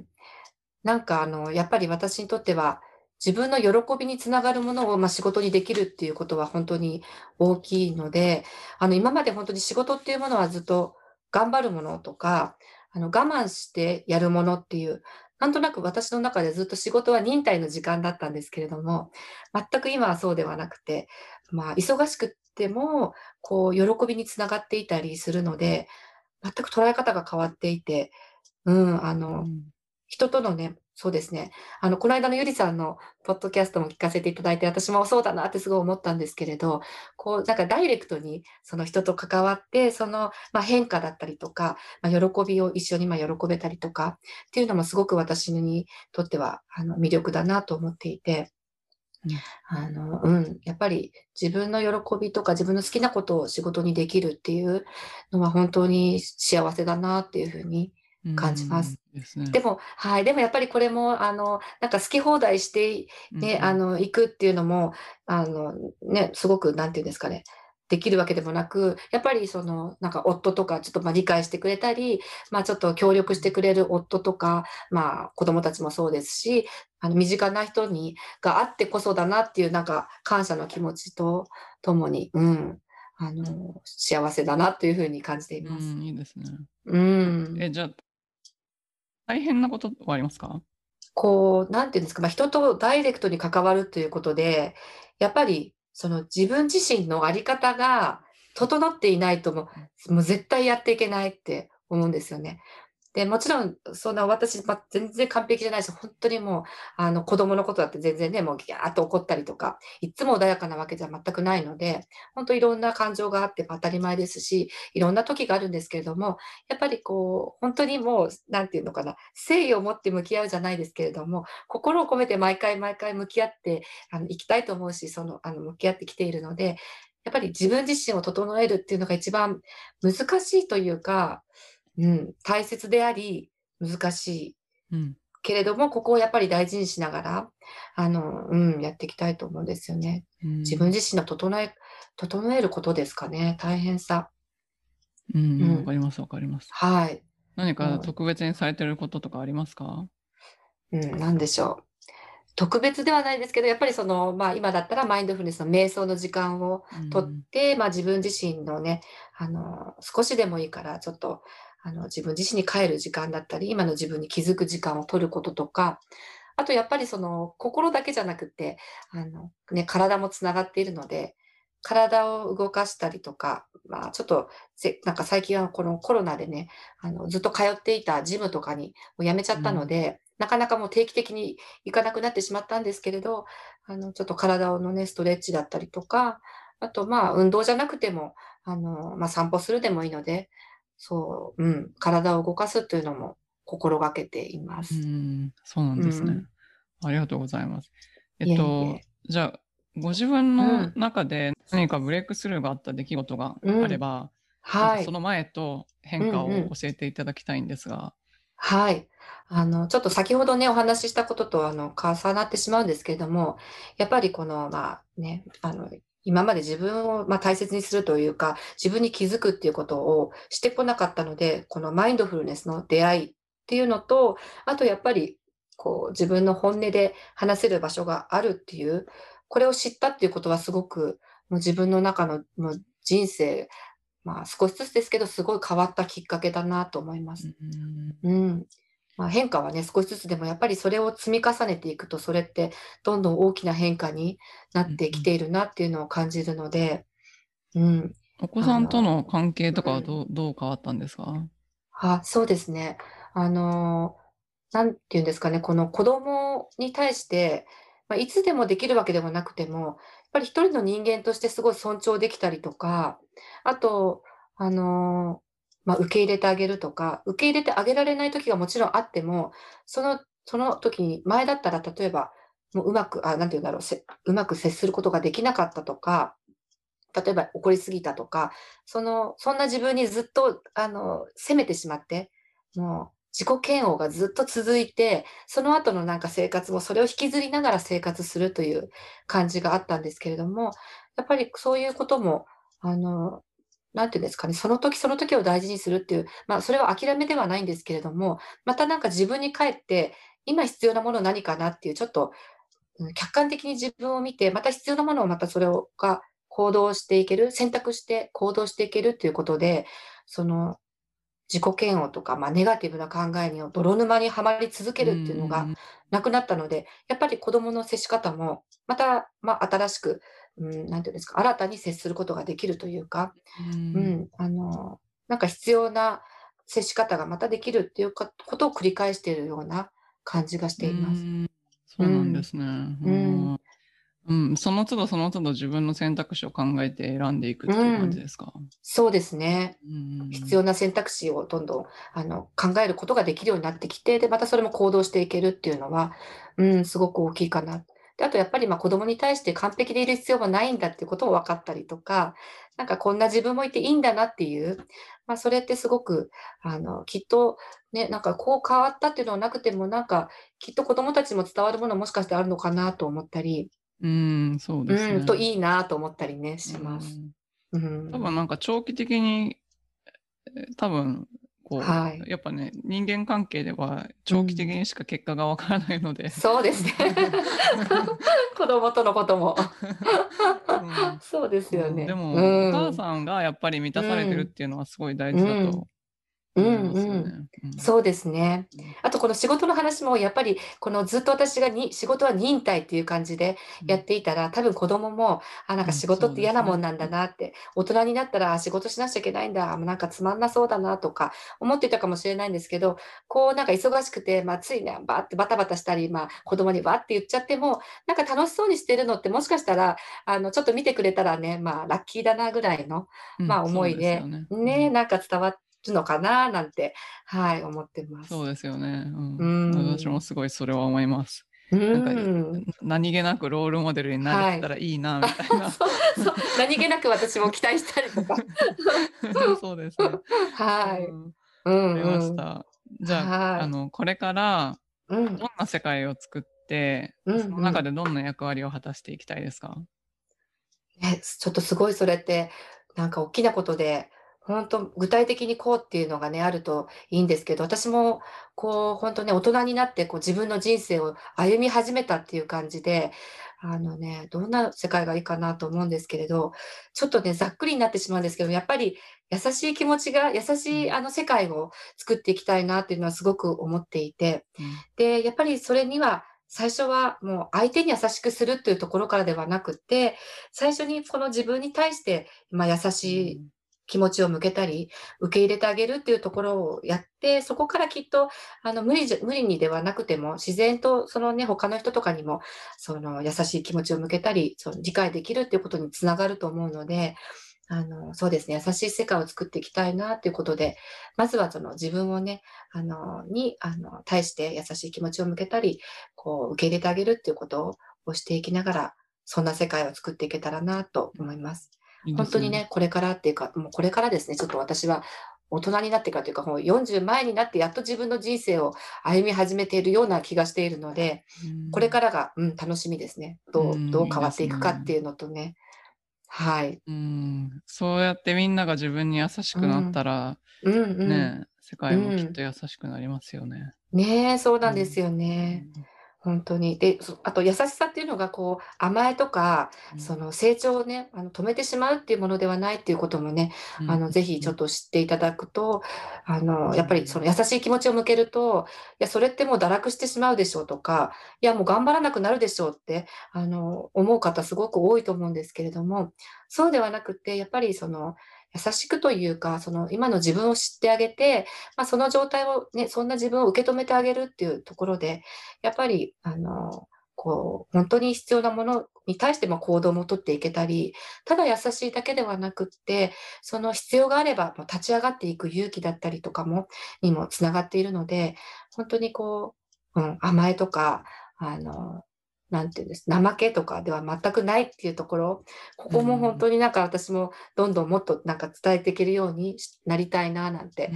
なんかあの、やっぱり私にとっては、自分の喜びにつながるものを、まあ、仕事にできるっていうことは本当に大きいので、あの、今まで本当に仕事っていうものはずっと頑張るものとか、あの、我慢してやるものっていう、なんとなく私の中でずっと仕事は忍耐の時間だったんですけれども、全く今はそうではなくて、まあ、忙しくっても、こう、喜びにつながっていたりするので、全く捉え方が変わっていて、うん、あの、 うん。 人とのね、そうですね。あの、この間のゆりさんのポッドキャストも聞かせていただいて、私もそうだなってすごい思ったんですけれど、こう、なんかダイレクトにその人と関わって、その、まあ、変化だったりとか、まあ、喜びを一緒に、ま、喜べたりとかっていうのもすごく私にとっては、あの、魅力だなと思っていて、 うん。 あの、うん、やっぱり自分の喜びとか自分の好きなことを仕事にできるっていうのは本当に幸せだなっていう風にうーん、 感じます。 ですね。 でもはい、でもやっぱりこれも、あの、なんか好き放題して、ね、あうんうん。 の、行くっていうのも、あの、ね、すごくなんていうんですかね、できるわけでもなく、やっぱりその、なんか夫とかちょっと、ま、理解してくれたり、ま、ちょっと協力してくれる夫とか、まあ、子供たちもそうですし、あの、身近な人にがあってこそだなっていうなんか感謝の気持ちとともに、うん、あうん。 の、幸せだなという風に感じています。 うーん、いいですね。 うえ、 ん。 じゃあ、大変なことはありますか？ こう、なんていうんですか、まあ、人とダイレクトに関わるということで、やっぱりその自分自身のあり方が整っていないともうもう絶対やっていけないって思うんですよね。で、もちろん、そんな私、ま、全然完璧じゃないし、ほんとにもう、あの、子供のことだって全然ね、もうギャーっと怒ったりとか、いっつも穏やかなわけじゃ全くないので、ほんといろんな感情があって当たり前ですし、いろんな時があるんですけれども、やっぱりこう、ほんとにもう、何て言うのかな、誠意を持って向き合うじゃないですけれども、心を込めて毎回毎回向き合って、あの、生きたいと思うし、その、あの、向き合ってきているので、やっぱり自分自身を整えるっていうのが一番難しいというか、うん、大切であり、難しい。 うん。 けれども、ここをやっぱり大事にしながら、あの、うん、やっていきたいと思うんですよね。 う自分ん。 自身の整え整えることですかね、大変さ。 うんうん、わかうん。 りますわかります。 はい。 何かもう、 特別にされてることとかありますか？ うん、なんでしょう。特別ではないですけど、やっぱりその、まあ、今だったらマインドフルネスの瞑想の時間をとっうん。 て、まあ、自分自身のね、あの、少しでもいいからちょっと、あの、自分自身に帰る時間だったり、今の自分に気づく時間を取ることとか、あとやっぱりその、心だけじゃなくて、あの、ね、体もつながっているので、体を動かしたりとか、まあ、ちょっと、せなんか最近はこのコロナでね、あの、ずっと通っていたジムとかにもう辞めちゃったのうん。 で、なかなかもう定期的に行かなくなってしまったんですけれど、あの、ちょっと体のね、ストレッチだったりとか、あと、まあ、運動じゃなくても、あの、まあ、散歩するでもいいので、そう、うん、体を動かすっていうのも心がけていまうす。 ん、そうなんですね。 うん。 ありがとうございます。えっいえいと、 え。 じゃあ、ご自分のうん、 中で何かブレイクスルーがあった出来事がうん。 あれば、なんかはい。 その前とうん変化うん。 を教えていただきたいんですが。 はい。あの、ちょっと先ほどね、お話ししたことと、あの、重なってしまうんですけれども、やっぱりこの、まあ、ね、あの、今まで自分を、まあ、大切にするというか、自分に気づくっていうことをしてこなかったので、このマインドフルネスの出会いっていうのと、あとやっぱり、こう、自分の本音で話せる場所があるっていう、これを知ったっていうことはすごく、もう自分の中の、もう人生、まあ、少しずつですけど、すごい変わったきっかけだなと思いまうす。 ん。 うん。まあ、変化はね、少しずつでもやっぱりそれを積み重ねていくと、それってどんどん大きな変化になっうんうん。 てきているなっていうのを感じるので、うん。 お子さんとあの、 の関係とかはうん。 どうどう変わったんですか？ あ、そうですね。あの、なんていうんですかね、この子供に対して、まあ、いつでもできるわけでもなくても、やっぱり一人の人間としてすごい尊重できたりとか、あと、あの、まあ、受け入れてあげるとか、受け入れてあげられない時がもちろんあっても、そのその時に前だったら例えば、もううまく、あ、なんて言うんだろう、せうまく接することができなかったとか、例えば怒りすぎたとか、その、そんな自分にずっと、あの、責めてしまって、もう自己嫌悪がずっと続いて、その後のなんか生活もそれを引きずりながら生活するという感じがあったんですけれども、やっぱりそういうことも、あの、なんていうんですかね、その時その時を大事にするっていう、まあ、それは諦めではないんですけれども、またなんか自分に帰って、今必要なもの何かなっていうちょっとうん、客観的に自分を見て、また必要なものをまたそれをが行動していける、選択して行動していけるっていうことで、その自己嫌悪とか、まあ、ネガティブな考えに泥沼にはまり続けうんうるっていうのがんなくなったので、やっぱり子供の接し方も、また、まあ、新しく、うん、なんていうんですか、新たに接することができるというか、 うん。うんうん、あの、なんか必要な接し方がまたできるっていうかことを繰り返しているような感じがしうています。 ん。そうなんでうん、 すね。ううん。 ん。うん、その都度その都度自分の選択肢を考えて選んでいくっうていう感じん、 ですか？ そうですね。 うん。 必要な選択肢をどんどん、あの、考えることができるようになってきて、で、またそれも行動していけるっていうのは、うん、すごく大きいかな。で、あとやっぱり、ま、子供に対して完璧でいる必要はないんだっていうことも分かったりとか、なんかこんな自分もいていいんだなっていう、ま、それってすごく、あの、きっと、ね、なんかこう変わったっていうのはなくても、なんか、きっと子供たちも伝わるものもしかしてあるのかなと思ったり、 うん、そうですうん、とね。 いいなと思ったりね、 うします。 ん。 うん。 多分なんか長期的に、え、多分、こう、 はい。 やっぱね、人間関係では長期的うん。 にしか結果がわからないので。 そうですね。子供とのことも。 うん。 そうですうん、でよね。うも、お母ん。 さんがやっぱり満うたされてるっん。 ていうのはすごい大うん。 事だと思いうんますようん。 ね。うん。 そうですね。 うん。 あとこの仕事の話もやっぱり、このずっと私がに仕事は忍耐っていう感じでやっうん。 ていたら、多分子供も、あ、なんうん、 か仕事って嫌そうですね。 なもんなんだなって、大人になったら、あ、仕事しなくちゃいけないんだ、あ、もうなんかつまんなそうだなとか思っていたかもしれないんですけど、こうなんか忙しくて、まあ、ついね、バーってバタバタしたり、まあ、子供にバーって言っちゃっても、なんか楽しそうにしてるのってもしかしたら、あの、ちょっと見てくれたらね、まあ、ラッキーだなぐらいの、 うん、 まあ、思そういで、 ですよね。うね、 ん。 なんか伝わるのかななんて、はい、思ってます。 そうですよね。ううーん。私もん。 すごいそれは思います。 うなんか、 ーん。 何気なくロールモデルになれてたはい。 らいいなみたいな。 そうそう、何気なく私も期待したりとか。 そうですね。うはい。 ん。わうかりまんうん。 した。じゃあ、 はい。 あの、これから、 うん、 どんな世界を作って、 うん、 そのうん。 中でどんな役割を果たしていきたいですか？ ね、ちょっとすごいそれって、なんか大きなことで、本当具体的にこうっていうのがね、あるといいんですけど、私もこう本当ね、大人になってこう自分の人生を歩み始めたっていう感じで、あのね、どんな世界がいいかなと思うんですけれど、ちょっとね、ざっくりになってしまうんですけど、やっぱり優しい気持ちが優しいうんあの世界を作っていきたいなっていうのはすごく思っていて、 うん。 で、やっぱりそれには最初はもう相手に優しくするっていうところからではなくって、最初にこの自分に対して、まあ、優しいうん気持ちを向けたり、受け入れてあげるっていうところをやって、そこからきっと、あの、無理じゃ無理にではなくても、自然とそのね、他の人とかにも、その優しい気持ちを向けたり、その理解できるっていうことにつながると思うので、あの、そうですね、優しい世界を作っていきたいなっていうことで、まずはその自分をね、あの、に、あの、対して優しい気持ちを向けたり、こう、受け入れてあげるっていうことをしていきながら、そんな世界を作っていけたらなと思います。 いいですね。 本当にね、これからっていうか、もうこれからですね、ちょっと私は大人になってからというか、もうよんじゅう前になってやっと自分の人生を歩み始めているような気がしているので、 うこれかん、 らが、うん、楽しみですね。 うどうどうん、いいです変わっていくかっね。 ていうのとね。はい。 うん、そうやってみんなが自分に優しくなっうん。 たら、 うんうん。 ね、世界もきっうん。 と優しくなりますよね。 ねえ、そううん。 なんですよね。 うん。 ほんとに。で、そあと優しさっていうのがこう、甘えとか、 うん。 その成長をね、あの、止めてしまうっていうものではないっていうこともね、 うん。 あの、ぜひうん。 ちょっと知っていただくと、あの、やっぱりそうん。 の優しい気持ちを向けると、いや、それってもう堕落してしまうでしょうとか、いや、もう頑張らなくなるでしょうって、あの、思う方すごく多いと思うんですけれども、そうではなくて、やっぱりその、優しくというか、その、今の自分を知ってあげて、まあ、その状態をね、そんな自分を受け止めてあげるっていうところで、やっぱり、あの、こう、本当に必要なものに対しても行動も取っていけたり、ただ優しいだけではなくって、その必要があれば、もう立ち上がっていく勇気だったりとかもにもつながっているので、本当にこう、うん、甘えとか、あの、なんていうんです、怠けとかでは全くないっていうところ、ここも本うん。 当になんか私もどんどんもっとなんか伝えていけるようにしなりたいななんて、 うん。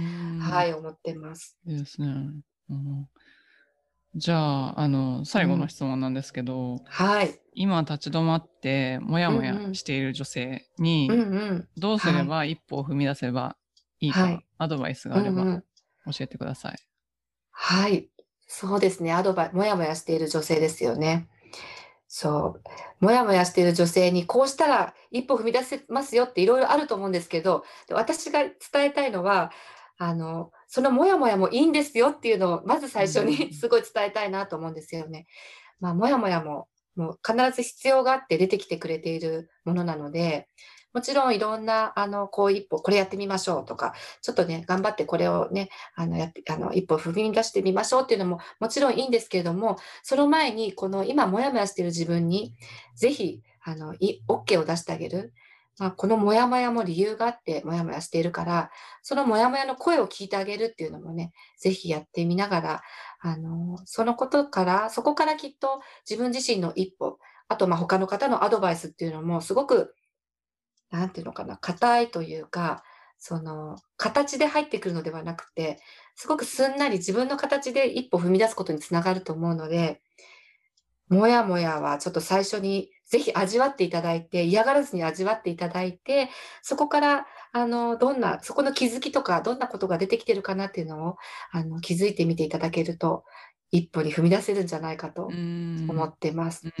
はい、思ってます。 いいですね。うん。じゃあ、あの、最後のうん。 質問なんですけど、 はい。 今立ち止まってモヤうんモヤうん。 している女性うんに、 うん。 どうすれはい。 ば一歩を踏み出せばいいか、 はい。 アドバイスがあればうんうん。 教えてください。 はい。そうですね、アドバイもやもやしている女性ですよね。そう。もやもやしている女性に、こうしたら一歩踏み出せますよっていろいろあると思うんですけど、で、私が伝えたいのは、あの、そのもやもやもいいんですよっていうのを、まずう最初にん。 すごい伝えたいなと思うんですよね。まあ、もやもやも、もう必ず必要があって出てきてくれているものなので、もちろんいろんな、あの、こう一歩、これやってみましょうとか、ちょっとね、頑張ってこれをね、あの、やって、あの、一歩踏み出してみましょうっていうのももちろんいいんですけれども、その前に、この今もやもやしている自分に、ぜひ、あの、い、オッケーを出してあげる。まあ、このもやもやも理由があってもやもやしているから、そのもやもやの声を聞いてあげるっていうのもね、ぜひやってみながら、あの、そのことから、そこからきっと自分自身の一歩、あと、ま、他の方のアドバイスっていうのもすごく、なんていうのかな、硬いというか、その、形で入ってくるのではなくて、すごくすんなり自分の形で一歩踏み出すことに繋がると思うので、もやもやはちょっと最初にぜひ味わっていただいて、嫌がらずに味わっていただいて、そこから、あの、どんな、そこの気づきとか、どんなことが出てきてるかなっていうのを、あの、気づいてみていただけると、一歩に踏み出せるんじゃないかうと思ん。 ってます。 うん。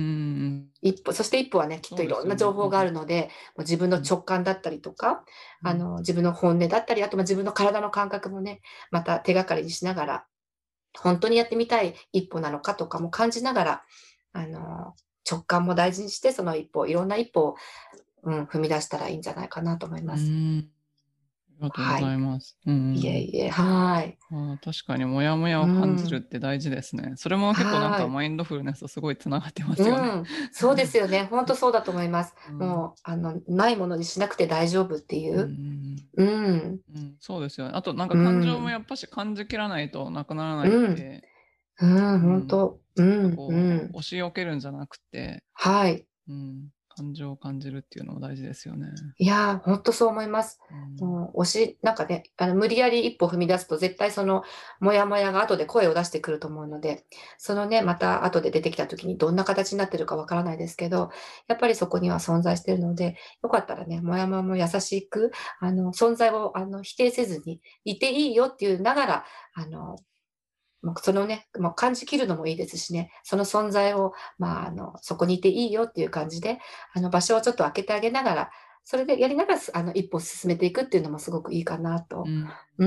一歩、そして一歩はね、きっといろんなそうですよね。 情報があるので、もう自分のうん。 直感だったりとか、 うん。 あの、自分の本音だったり、あと、ま、自分の体の感覚もね、また手がかりにしながら、本当にやってみたい一歩なのかとかも感じながら、あの、直感も大事にして、その一歩、いろんな一歩を、うん、踏み出したらいいんじゃないかなと思いうます。 ん。ありがとうごはい。 ざいます。うん。 いえいえ、はい。 ああ、確かにモヤモヤうを感じるっん。 て大事ですね。それも結構なんはい。 かマインドフルネスとすごいつながってますよね。 うん、そうですよね。ほんとそうだと思います。 うん。 もう、あの、ないものにしなくて大丈夫っていうんうう。 んうん。 うん。うん、そうですよね。あとなんかう感情もん。 やっぱし感じきらないとなくならないっうん。 て、 うん、 うん。 ほんと。うなんかん、うこう、 ん。 押し寄けるんじゃなくて、 はい。 うん、感情を感じるっていうのも大事ですよね。 いや、ほんとそう思います。 うん。 の、押し、なんかね、あの、無理やり一歩踏み出すと絶対その、もやもやが後で声を出してくると思うので、そのね、また後で出てきた時にどんな形になってるかわからないですけど、やっぱりそこには存在しているので、よかったらね、もやもやも優しく、あの、存在を、あの、否定せずに、いていいよっていうながら、あの、もうそのね、もう感じきるのもいいですしね、その存在を、まあ、あの、そこにいていいよっていう感じで、あの、場所をちょっと空けてあげながら、それでやりながら、すあの、一歩進めていくっていうのもすごくいいかなと、 うん。 うん、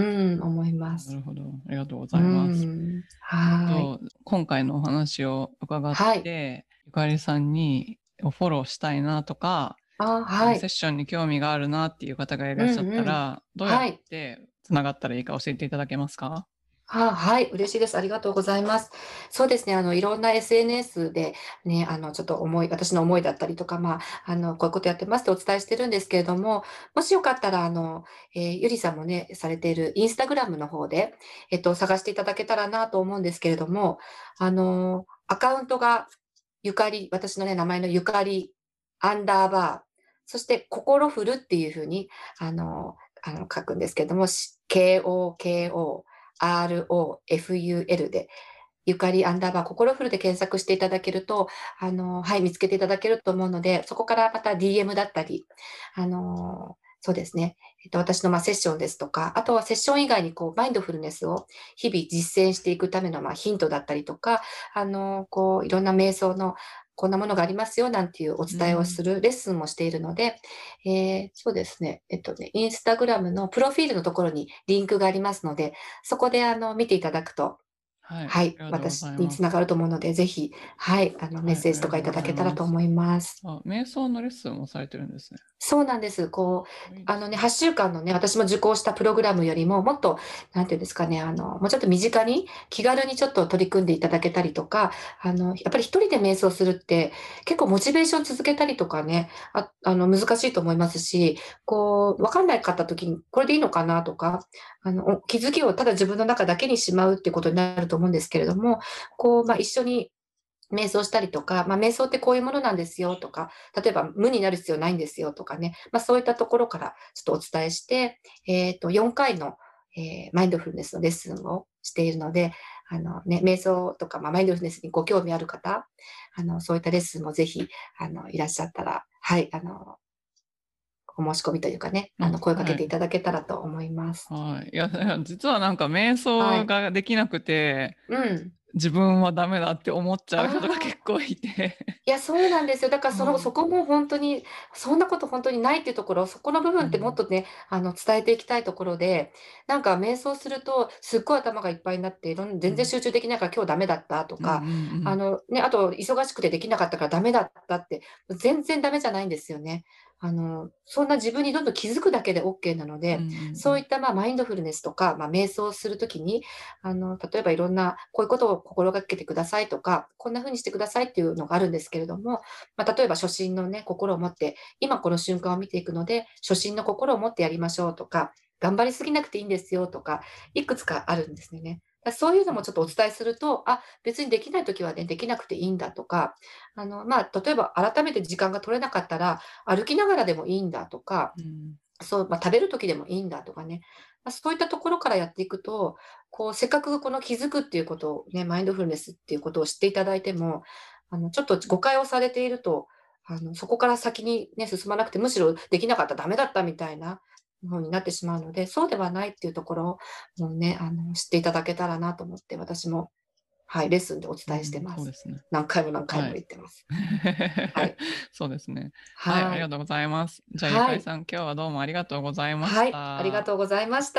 思います。 なるほど。ありがとうごうざいます。 ん、はい。 と、今回のお話を伺っはい。 て、ゆかりさんにフォローしたいなとか、 あ、 えーセッはい。 ションに興味があるなっていう方がいらうっしゃっんうん。 たら、どうやっはい。 てつながったらいいか教えていただけますか？ あ、はい、嬉しいです。ありがとうございます。そうですね、あの、いろんな エスエヌエス でね、あの、ちょっと思い私の思いだったりとか、まあ、あの、こういうことやってますってお伝えしてるんですけれども、もしよかったら、あの、えーゆりさんもね、されているインスタグラムの方で、えっと、探していただけたらなと思うんですけれども、あの、アカウントがゆかり私のね、名前のゆかりアンダーバー、そして心フルっていう風に、あのあの、書くんですけども、し ケーオーケーオーアールオーエフユーエル で、ゆかりアンダーバー心フルで検索していただけると、あの、はい、見つけていただけると思うので、そこからまた ディーエム だったり、あの、そうですね。えっと、私のまあセッションですとか、あとはセッション以外にこう、マインドフルネスを日々実践していくためのまあヒントだったりとか、あの、こう、いろんな瞑想のこんなものがありますよなんていうお伝えをうん。 するレッスンもしているので、えーそうですね。えっとね、インスタグラムのプロフィールのところにリンクがありますので、そこであの、見ていただくと、 はい。 はい、 ありがとうございます。 私に繋がると思うので、ぜひ、はい、あの、メッはい。 セージとかいありがとうごただけたらざいます。 と思います。 あ、瞑想のレッスンもされてるんですね。 そうなんです。こう、 いいであのね、 すね。 はっしゅうかんのね、私も受講したプログラムよりも、もっと、なんていうんですかね、あの、もうちょっと身近に、気軽にちょっと取り組んでいただけたりとか、あの、やっぱり一人で瞑想するって、結構モチベーション続けたりとかね、ああの、難しいと思いますし、こう、わかんないかった時に、これでいいのかなとか、あの、お気づきをただ自分の中だけにしまうっていうことになると思うんですけれども、こう、まあ、一緒に瞑想したりとか、まあ、瞑想ってこういうものなんですよとか、例えば無になる必要ないんですよとかね、まあ、そういったところからちょっとお伝えして、えっと、よんかいの、えーマインドフルネスのレッスンをしているので、あのね、瞑想とか、まあ、マインドフルネスにご興味ある方、あの、そういったレッスンもぜひ、あの、いらっしゃったら、はい、あの、お申し込みというかね、ああ、 の、声かけはい。 ていただけたらと思います。 はい。いや、いや実はなんか瞑はい。 想ができなくて、 うん。 自分はダメだって思っちあゃう人とか結あ。 構いて。 いや、そうなんですよ。だからその、そうん。 こも本当に、そんなこと本当にないっていうところ、そこの部分ってもっうん。 とね、あの、伝えていきたいところで、なんか瞑想すると、すっごい頭がいっぱいになって、いろん全然うん。 集中できないから今日ダメだったとうんうんうか、あん。 の、ね、あと忙しくてできなかったからダメだったって、全然ダメじゃないんですよね。あの、そんな自分にどんどん気づくだけでオッケーなのうんうで、そういんった、ま、マインドフルネスとか、ま、瞑想するときに、あの、例えばいろんな、こういうことを心がけてくださいとか、こんな風にしてくださいっていうのがあるんですけれども、まあ、例えば初心のね、心を持って、今この瞬間を見ていくので、初心の心を持ってやりましょうとか、頑張りすぎなくていいんですよとか、いくつかあるんですね。だそういうのもちょっとお伝えすると、あ、別にできないときはね、できなくていいんだとか、あの、まあ、例えば改めて時間が取れなかったら、歩きながらでもいいんだとか、 うん。 そう、まあ、食べる時でもいいんだとかね。まあ、そういったところからやっていくと、こう、せっかくこの気づくっていうことをね、マインドフルネスっていうことを知っていただいても、あの、ちょっと誤解をされていると、あの、そこから先にね、進まなくて、むしろできなかった、ダメだったみたいな風になってしまうので、そうではないっていうところをね、あの、知っていただけたらなと思って、私も、はい、レッスンでお伝えしてうん、 ます。 そうですね。 何回も何回もはい。 言ってます。はい。 そうですね。はい、あはい。 りがとうございます。じゃあ、ゆかはい。 りさん、今日はどうもありがとうございましはい、ありがた。 とうございました。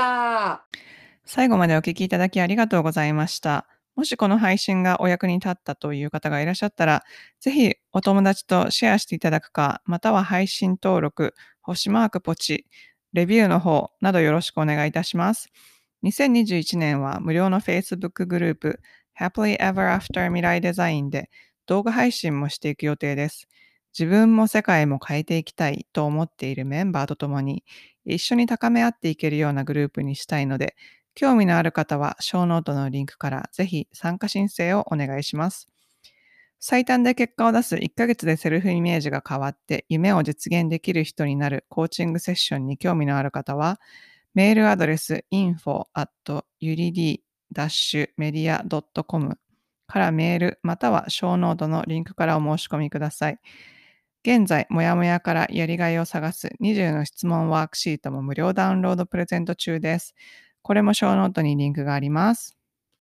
最後までお聞きいただきありがとうございました。もしこの配信がお役に立ったという方がいらっしゃったら、ぜひお友達とシェアしていただくか、または配信登録、星マークポチ、レビューの方などよろしくお願いいたします。にせんにじゅういちねんは無料の Facebook グループ Happily Ever After 未来デザインで動画配信もしていく予定です。自分も世界も変えていきたいと思っているメンバーとともに一緒に高め合っていけるようなグループにしたいので、興味のある方は、ショーノートのリンクからぜひ参加申請をお願いします。最短で結果を出すいっかげつでセルフイメージが変わって夢を実現できる人になるコーチングセッションに興味のある方は、 メールアドレス インフォ アット ユリディ メディア ドット コム からメールまたはショーノートのリンクからお申し込みください。現在、もやもやからやりがいを探すにじゅうの質問ワークシートも無料ダウンロードプレゼント中です。これもショーノートにリンクがあります。